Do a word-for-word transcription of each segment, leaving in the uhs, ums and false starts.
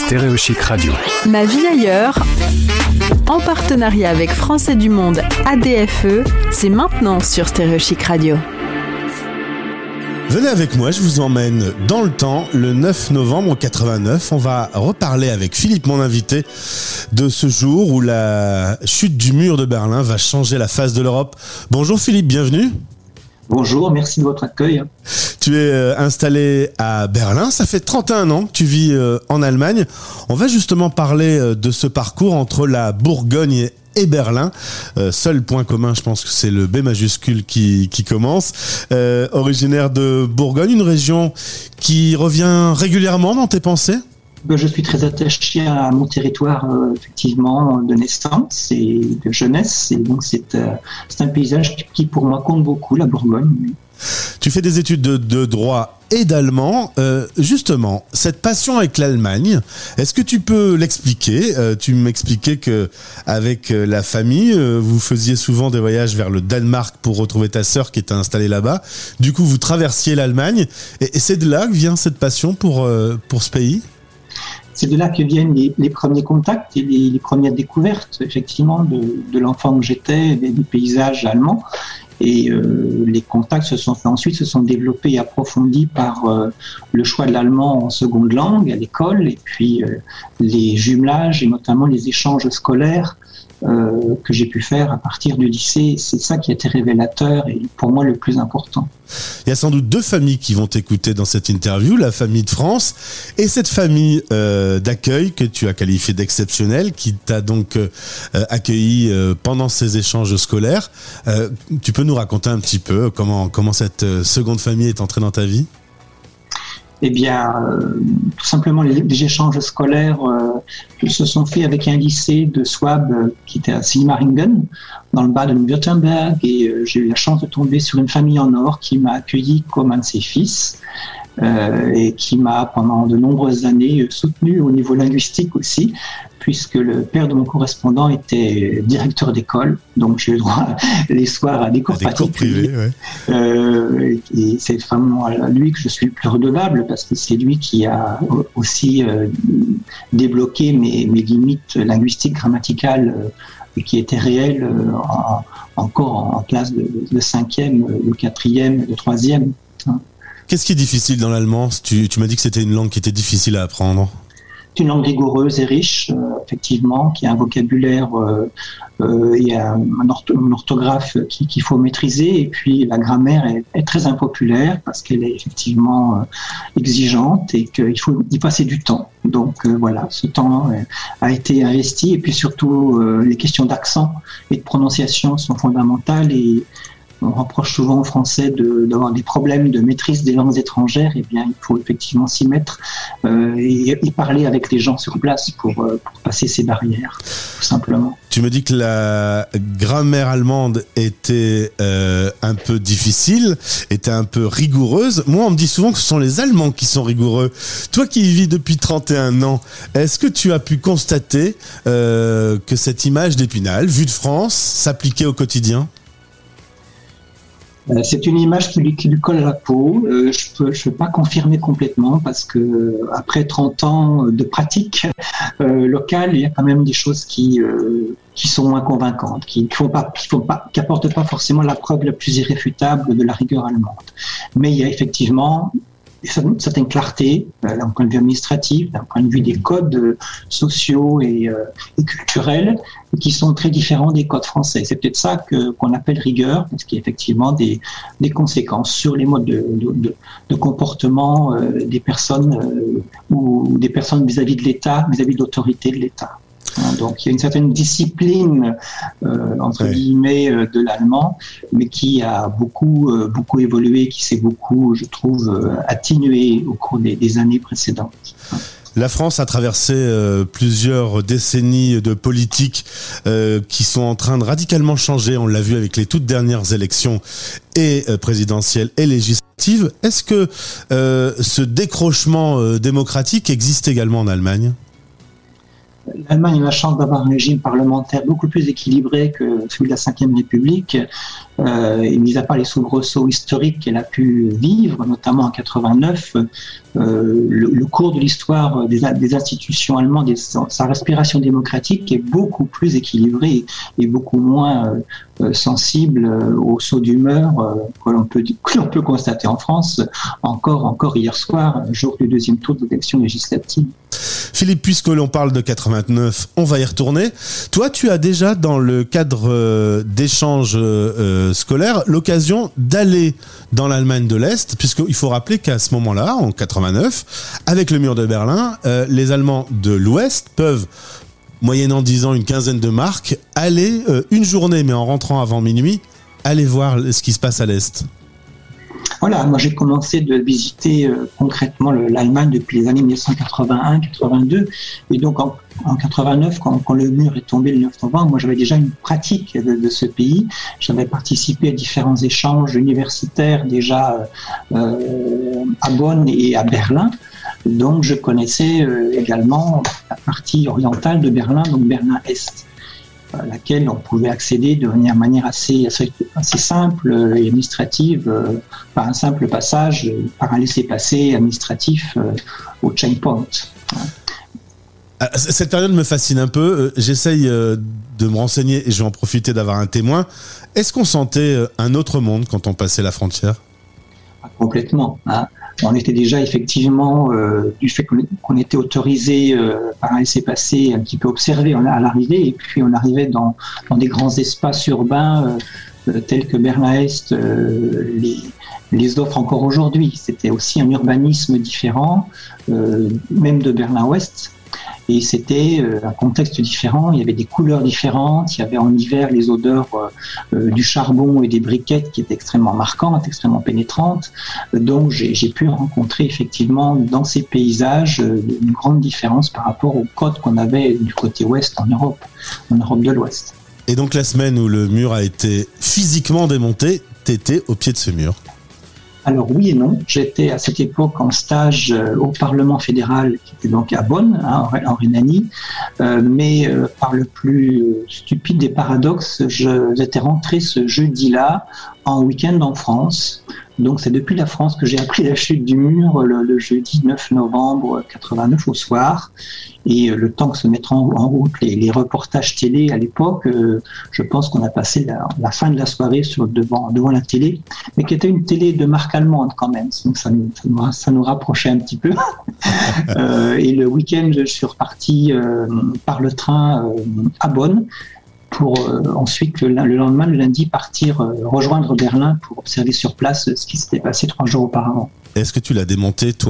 Stéréo Chic Radio. Ma vie ailleurs, en partenariat avec Français du Monde A D F E, c'est maintenant sur Stéréo Chic Radio. Venez avec moi, je vous emmène dans le temps, le neuf novembre quatre-vingt-neuf. On va reparler avec Philippe, mon invité, de ce jour où la chute du mur de Berlin va changer la face de l'Europe. Bonjour Philippe, bienvenue. Bonjour, merci de votre accueil. Tu es euh, installé à Berlin, ça fait trente et un ans que tu vis euh, en Allemagne. On va justement parler euh, de ce parcours entre la Bourgogne et Berlin. Euh, seul point commun, je pense que c'est le B majuscule qui, qui commence. Euh, originaire de Bourgogne, une région qui revient régulièrement dans tes pensées ? Je suis très attaché à mon territoire, euh, effectivement, de naissance et de jeunesse. Et donc, c'est, euh, c'est un paysage qui, pour moi, compte beaucoup, la Bourgogne. Tu fais des études de, de droit et d'allemand. Euh, justement, cette passion avec l'Allemagne, est-ce que tu peux l'expliquer ? euh, Tu m'expliquais que avec la famille, euh, vous faisiez souvent des voyages vers le Danemark pour retrouver ta sœur qui était installée là-bas. Du coup, vous traversiez l'Allemagne. Et, et c'est de là que vient cette passion pour, euh, pour ce pays ? C'est de là que viennent les, les premiers contacts et les, les premières découvertes, effectivement, de, de l'enfant que j'étais, des, des paysages allemands. Et euh, les contacts se sont faits ensuite, se sont développés et approfondis par euh, le choix de l'allemand en seconde langue à l'école, et puis euh, les jumelages et notamment les échanges scolaires euh, que j'ai pu faire à partir du lycée. C'est ça qui a été révélateur et pour moi le plus important. Il y a sans doute deux familles qui vont t'écouter dans cette interview, la famille de France et cette famille euh, d'accueil que tu as qualifiée d'exceptionnelle, qui t'a donc euh, accueilli euh, pendant ces échanges scolaires. Euh, tu peux nous raconter un petit peu comment, comment cette euh, seconde famille est entrée dans ta vie ? Eh bien, euh, tout simplement, les, les échanges scolaires euh, se sont faits avec un lycée de Swab euh, qui était à Sigmaringen, dans le Baden-Württemberg, et euh, j'ai eu la chance de tomber sur une famille en or qui m'a accueilli comme un de ses fils euh, et qui m'a, pendant de nombreuses années, soutenu au niveau linguistique aussi, puisque le père de mon correspondant était directeur d'école, donc j'ai eu droit les soirs à des cours, à des cours privés. Ouais. Euh, et c'est vraiment à lui que je suis le plus redevable, parce que c'est lui qui a aussi euh, débloqué mes, mes limites linguistiques, grammaticales, euh, qui étaient réelles euh, en, encore en classe de, de cinquième, de quatrième, de troisième. Hein. Qu'est-ce qui est difficile dans l'allemand ? Tu, tu m'as dit que c'était une langue qui était difficile à apprendre. C'est une langue rigoureuse et riche, euh, effectivement, qui a un vocabulaire euh, euh, et un, un ortho, une orthographe qui, qu'il faut maîtriser. Et puis la grammaire est, est très impopulaire parce qu'elle est effectivement euh, exigeante et qu'il faut y passer du temps. Donc euh, voilà, ce temps euh, a été investi. Et puis surtout, euh, les questions d'accent et de prononciation sont fondamentales. Et on reproche souvent aux Français de, d'avoir des problèmes de maîtrise des langues étrangères. Eh bien, il faut effectivement s'y mettre euh, et, et parler avec les gens sur place pour, euh, pour passer ces barrières, tout simplement. Tu me dis que la grammaire allemande était euh, un peu difficile, était un peu rigoureuse. Moi, on me dit souvent que ce sont les Allemands qui sont rigoureux. Toi qui y vis depuis trente et un ans, est-ce que tu as pu constater euh, que cette image d'Épinal, vue de France, s'appliquait au quotidien ? C'est une image qui lui, qui lui colle à la peau. Euh, je peux, je peux pas confirmer complètement parce que après trente ans de pratique euh, locale, il y a quand même des choses qui euh, qui sont moins convaincantes, qui qui font pas, qui font pas, qui apportent pas forcément la preuve la plus irréfutable de la rigueur allemande. Mais il y a effectivement une certaine clarté euh, d'un point de vue administratif, d'un point de vue des codes euh, sociaux et, euh, et culturels qui sont très différents des codes français. C'est peut-être ça que, qu'on appelle rigueur, parce qu'il y a effectivement des, des conséquences sur les modes de, de, de, de comportement euh, des personnes euh, ou des personnes vis-à-vis de l'État, vis-à-vis de l'autorité de l'État. Donc il y a une certaine discipline euh, entre ouais. guillemets euh, de l'allemand, mais qui a beaucoup euh, beaucoup évolué, qui s'est beaucoup, je trouve, euh, atténué au cours des, des années précédentes. La France a traversé euh, plusieurs décennies de politique euh, qui sont en train de radicalement changer. On l'a vu avec les toutes dernières élections et euh, présidentielles et législatives. Est-ce que euh, ce décrochement euh, démocratique existe également en Allemagne ? L'Allemagne a la chance d'avoir un régime parlementaire beaucoup plus équilibré que celui de la Cinquième République. Euh, et mis à part les soubresauts historiques qu'elle a pu vivre, notamment en quatre-vingt-neuf, euh, le, le cours de l'histoire des, des institutions allemandes et sa respiration démocratique est beaucoup plus équilibré et beaucoup moins euh, sensible aux sauts d'humeur euh, que l'on peut, que l'on peut constater en France, encore, encore hier soir, jour du deuxième tour de l'élection législative. Philippe, puisque l'on parle de quatre-vingt-neuf, on va y retourner. Toi, tu as déjà, dans le cadre euh, d'échanges euh, scolaires, l'occasion d'aller dans l'Allemagne de l'Est, puisqu'il faut rappeler qu'à ce moment-là, en quatre-vingt-neuf, avec le mur de Berlin, euh, les Allemands de l'Ouest peuvent, moyennant dix ans, une quinzaine de marques, aller euh, une journée, mais en rentrant avant minuit, aller voir ce qui se passe à l'Est. Voilà, moi j'ai commencé de visiter euh, concrètement le, l'Allemagne depuis les années dix-neuf cent quatre-vingt-un quatre-vingt-deux, et donc en, en quatre-vingt-neuf, quand, quand le mur est tombé le neuf novembre, moi j'avais déjà une pratique de, de ce pays. J'avais participé à différents échanges universitaires déjà euh, à Bonn et à Berlin. Donc je connaissais euh, également la partie orientale de Berlin, donc Berlin-Est, à laquelle on pouvait accéder de manière assez, assez, assez simple et administrative, euh, par un simple passage, euh, par un laissez-passer administratif euh, au checkpoint. Cette période me fascine un peu. J'essaye de me renseigner et je vais en profiter d'avoir un témoin. Est-ce qu'on sentait un autre monde quand on passait la frontière ? Complètement. Hein. On était déjà effectivement, euh, du fait qu'on, qu'on était autorisé euh, par un laissez-passer, un petit peu observé à l'arrivée, et puis on arrivait dans, dans des grands espaces urbains euh, tels que Berlin-Est euh, les, les offre encore aujourd'hui. C'était aussi un urbanisme différent, euh, même de Berlin-Ouest. Et c'était un contexte différent, il y avait des couleurs différentes, il y avait en hiver les odeurs euh, du charbon et des briquettes qui étaient extrêmement marquantes, extrêmement pénétrantes. Donc j'ai, j'ai pu rencontrer effectivement dans ces paysages une grande différence par rapport aux codes qu'on avait du côté ouest en Europe, en Europe de l'Ouest. Et donc la semaine où le mur a été physiquement démonté, t'étais au pied de ce mur ? Alors oui et non, j'étais à cette époque en stage euh, au Parlement fédéral, qui était donc à Bonn, hein, en Rhénanie, euh, mais euh, par le plus stupide des paradoxes, je, j'étais rentré ce jeudi-là en week-end en France. Donc c'est depuis la France que j'ai appris la chute du mur le, le jeudi neuf novembre quatre-vingt-neuf au soir. Et euh, le temps que se mettent en, en route les, les reportages télé à l'époque, euh, je pense qu'on a passé la, la fin de la soirée sur, devant, devant la télé, mais qui était une télé de marque allemande quand même. Donc ça nous, ça nous, ça nous rapprochait un petit peu. euh, et le week-end, je suis reparti euh, par le train euh, à Bonn, pour euh, ensuite, le, le lendemain, le lundi, partir euh, rejoindre Berlin pour observer sur place ce qui s'était passé trois jours auparavant. Est-ce que tu l'as démonté, toi ?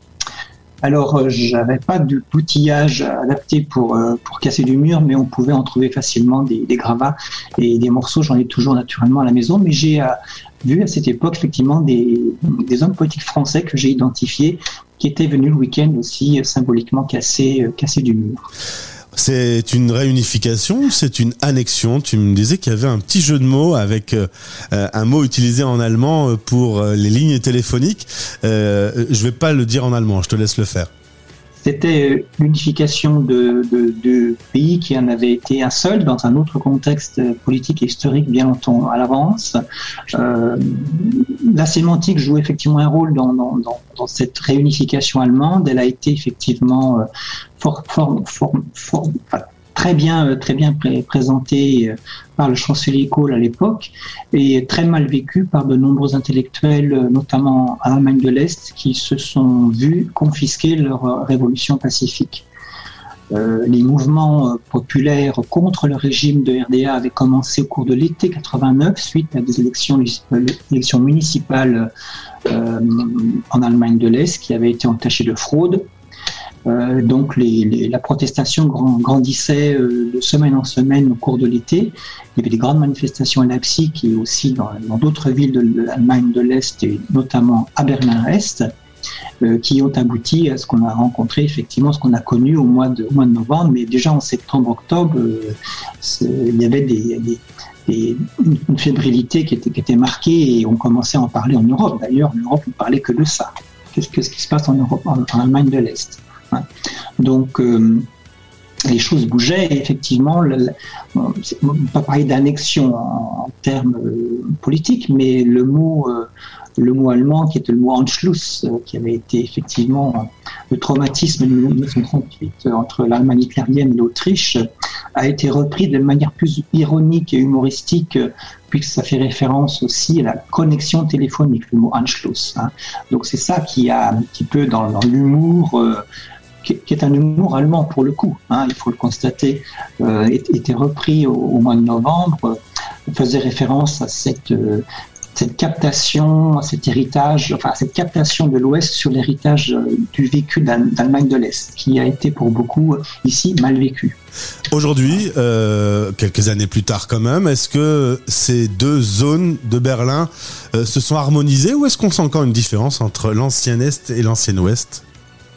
Alors, euh, j'avais pas d'outillage adapté pour, euh, pour casser du mur, mais on pouvait en trouver facilement des, des gravats et des morceaux. J'en ai toujours naturellement à la maison, mais j'ai euh, vu à cette époque, effectivement, des, des hommes politiques français que j'ai identifiés qui étaient venus le week-end aussi euh, symboliquement casser, euh, casser du mur. C'est une réunification, c'est une annexion. Tu me disais qu'il y avait un petit jeu de mots avec euh, un mot utilisé en allemand pour euh, les lignes téléphoniques. Euh, je vais pas le dire en allemand, je te laisse le faire. C'était l'unification de, de, de pays qui en avait été un seul dans un autre contexte politique et historique bien longtemps à l'avance. Euh, la sémantique joue effectivement un rôle dans, dans, dans, dans cette réunification allemande. Elle a été effectivement euh, fort, fort, fort, fort, enfin, très bien, très bien pré- présentée par le chancelier Kohl à l'époque et très mal vécue par de nombreux intellectuels, notamment en Allemagne de l'Est, qui se sont vus confisquer leur révolution pacifique. Euh, les mouvements populaires contre le régime de R D A avaient commencé au cours de l'été quatre-vingt-neuf suite à des élections, élections municipales euh, en Allemagne de l'Est qui avaient été entachées de fraude. Euh, donc les, les, la protestation grand, grandissait euh, de semaine en semaine au cours de l'été. Il y avait des grandes manifestations à Leipzig et aussi dans, dans d'autres villes de l'Allemagne de l'Est et notamment à Berlin-Est, euh, qui ont abouti à ce qu'on a rencontré effectivement, ce qu'on a connu au mois de, au mois de novembre. Mais déjà en septembre-octobre, euh, il y avait des, des, des, une fébrilité qui était, qui était marquée et on commençait à en parler en Europe. D'ailleurs, en Europe, on ne parlait que de ça. Qu'est-ce, qu'est-ce qui se passe en Europe, en, en Allemagne de l'Est? Donc, euh, les choses bougeaient et effectivement, le, le, on ne peut pas parler d'annexion en, en termes euh, politiques, mais le mot, euh, le mot allemand qui était le mot Anschluss, euh, qui avait été effectivement euh, le traumatisme de dix-neuf cent trente-huit euh, entre l'Allemagne hitlérienne et l'Autriche, euh, a été repris de manière plus ironique et humoristique, euh, puisque ça fait référence aussi à la connexion téléphonique, le mot Anschluss. Hein. Donc c'est ça qui a un petit peu dans, dans l'humour, euh, qui, qui est un humour allemand pour le coup, hein, il faut le constater, euh, était repris au, au mois de novembre, euh, faisait référence à cette, euh, cette captation, à cet héritage, enfin à cette captation de l'Ouest sur l'héritage euh, du vécu d'Allemagne de l'Est, qui a été pour beaucoup euh, ici mal vécu. Aujourd'hui, euh, quelques années plus tard quand même, est-ce que ces deux zones de Berlin euh, se sont harmonisées ou est-ce qu'on sent encore une différence entre l'ancien Est et l'ancien Ouest ?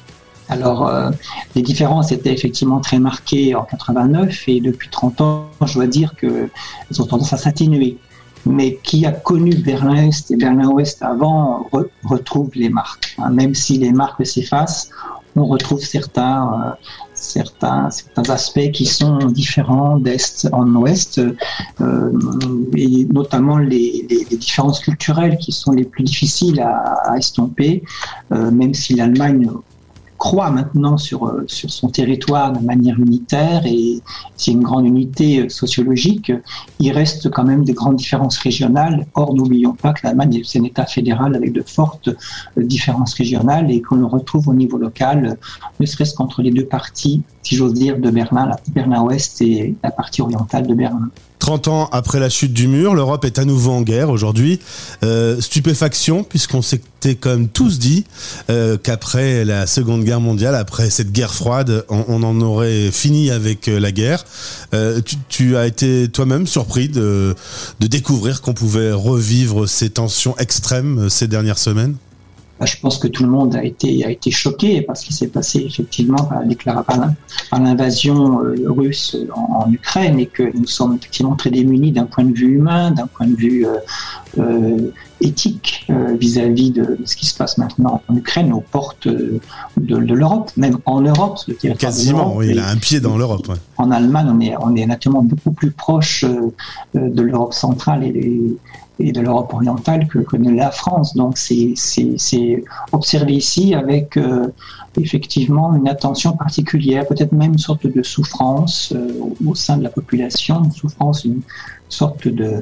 Alors, euh, les différences étaient effectivement très marquées en quatre-vingt-neuf et depuis trente ans, je dois dire qu'elles ont tendance à s'atténuer. Mais qui a connu Berlin-Est et Berlin-Ouest avant re- retrouve les marques. Hein. Même si les marques s'effacent, on retrouve certains, euh, certains, certains aspects qui sont différents d'Est en Ouest, euh, et notamment les, les, les différences culturelles qui sont les plus difficiles à, à estomper, euh, même si l'Allemagne croit maintenant sur, sur son territoire de manière unitaire et c'est une grande unité sociologique, il reste quand même de grandes différences régionales. Or, n'oublions pas que l'Allemagne est un État fédéral avec de fortes différences régionales et qu'on le retrouve au niveau local, ne serait-ce qu'entre les deux parties, si j'ose dire, de Berlin, la Berlin-Ouest et la partie orientale de Berlin. trente ans après la chute du mur, l'Europe est à nouveau en guerre aujourd'hui. Euh, stupéfaction, puisqu'on s'était quand même tous dit euh, qu'après la Seconde Guerre mondiale, après cette guerre froide, on, on en aurait fini avec la guerre. Euh, tu, tu as été toi-même surpris de, de découvrir qu'on pouvait revivre ces tensions extrêmes ces dernières semaines ? Je pense que tout le monde a été, a été choqué par ce qui s'est passé effectivement par, la, par l'invasion russe en, en Ukraine et que nous sommes effectivement très démunis d'un point de vue humain, d'un point de vue euh, euh, éthique euh, vis-à-vis de, de ce qui se passe maintenant en Ukraine, aux portes de, de, de l'Europe, même en Europe. Le territoire Quasiment, de l'Europe, oui, il a un pied dans l'Europe. Ouais. En Allemagne, on est, on est naturellement beaucoup plus proche euh, de l'Europe centrale et les et de l'Europe orientale que, que de la France. Donc c'est, c'est, c'est observé ici avec euh, effectivement une attention particulière, peut-être même une sorte de souffrance euh, au sein de la population, une souffrance, une sorte de,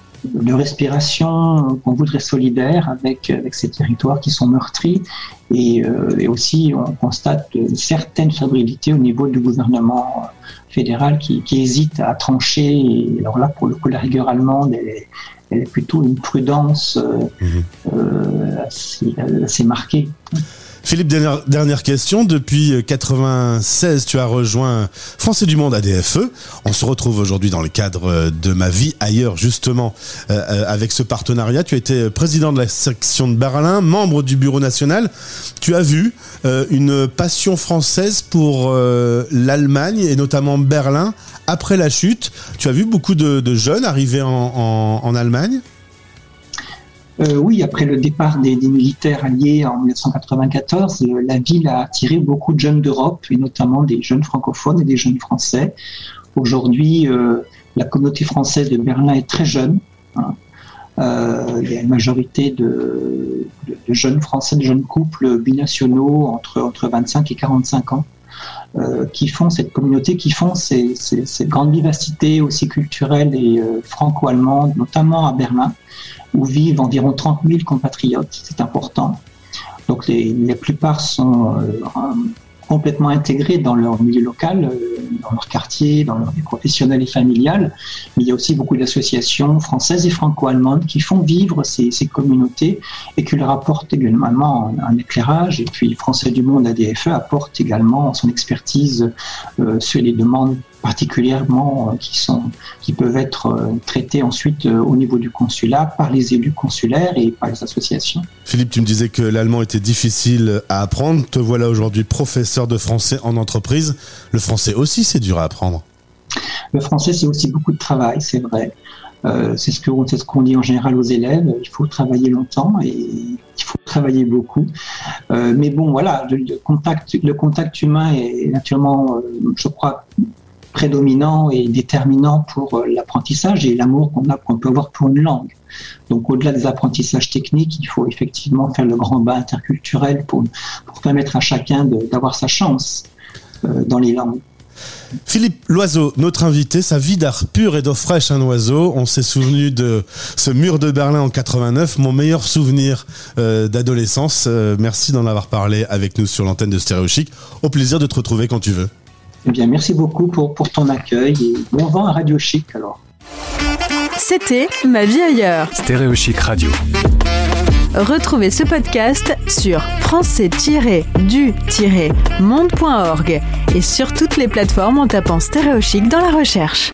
de respiration qu'on voudrait solidaire avec, avec ces territoires qui sont meurtris. Et, euh, et aussi, on constate une certaine fébrilité au niveau du gouvernement fédéral qui, qui hésite à trancher. Et alors là, pour le coup, la rigueur allemande, elle est, elle est plutôt une prudence euh, mmh. euh, assez, assez marquée. Philippe, dernière, dernière question. Depuis quatre-vingt-seize, tu as rejoint Français du Monde A D F E. On se retrouve aujourd'hui dans le cadre de Ma vie ailleurs, justement, euh, avec ce partenariat. Tu as été président de la section de Berlin, membre du bureau national. Tu as vu euh, une passion française pour euh, l'Allemagne et notamment Berlin après la chute. Tu as vu beaucoup de, de jeunes arriver en, en, en Allemagne ? Euh, oui, après le départ des, des militaires alliés en dix-neuf cent quatre-vingt-quatorze, euh, la ville a attiré beaucoup de jeunes d'Europe, et notamment des jeunes francophones et des jeunes français. Aujourd'hui, euh, la communauté française de Berlin est très jeune. Hein. Euh, il y a une majorité de, de, de jeunes Français, de jeunes couples binationaux entre, entre vingt-cinq et quarante-cinq ans. Euh, qui font cette communauté, qui font ces, ces, cette grande vivacité aussi culturelle et euh, franco-allemande, notamment à Berlin, où vivent environ trente mille compatriotes, c'est important. Donc les, les plupart sont euh, complètement intégrés dans leur milieu local, euh, dans leur quartier, dans leur vie professionnelle et familiale. Mais il y a aussi beaucoup d'associations françaises et franco-allemandes qui font vivre ces, ces communautés et qui leur apportent également un, un éclairage. Et puis Français du Monde A D F E apporte également son expertise euh, sur les demandes particulièrement euh, qui sont qui peuvent être euh, traitées ensuite euh, au niveau du consulat par les élus consulaires et par les associations. Philippe, tu me disais que l'allemand était difficile à apprendre. Te voilà aujourd'hui professeur de français en entreprise. Le français aussi, c'est dur à apprendre. Le français, c'est aussi beaucoup de travail, c'est vrai. Euh, c'est ce que c'est ce qu'on dit en général aux élèves. Il faut travailler longtemps et il faut travailler beaucoup. Euh, mais bon, voilà, le, le contact, le contact humain est naturellement, euh, je crois, prédominant et déterminant pour l'apprentissage et l'amour qu'on a, qu'on peut avoir pour une langue. Donc, au-delà des apprentissages techniques, il faut effectivement faire le grand bain interculturel pour, pour permettre à chacun de, d'avoir sa chance euh, dans les langues. Philippe Loiseau, notre invité, sa vie d'art pur et d'eau fraîche, un oiseau. On s'est souvenu de ce mur de Berlin en quatre-vingt-neuf, mon meilleur souvenir euh, d'adolescence. Euh, merci d'en avoir parlé avec nous sur l'antenne de Stéréo Chic. Au plaisir de te retrouver quand tu veux. Eh bien, merci beaucoup pour, pour ton accueil et bon vent à Radio Chic alors. C'était Ma vie ailleurs. Stéréo Chic Radio. Retrouvez ce podcast sur français du monde point org et sur toutes les plateformes en tapant Stéréo Chic dans la recherche.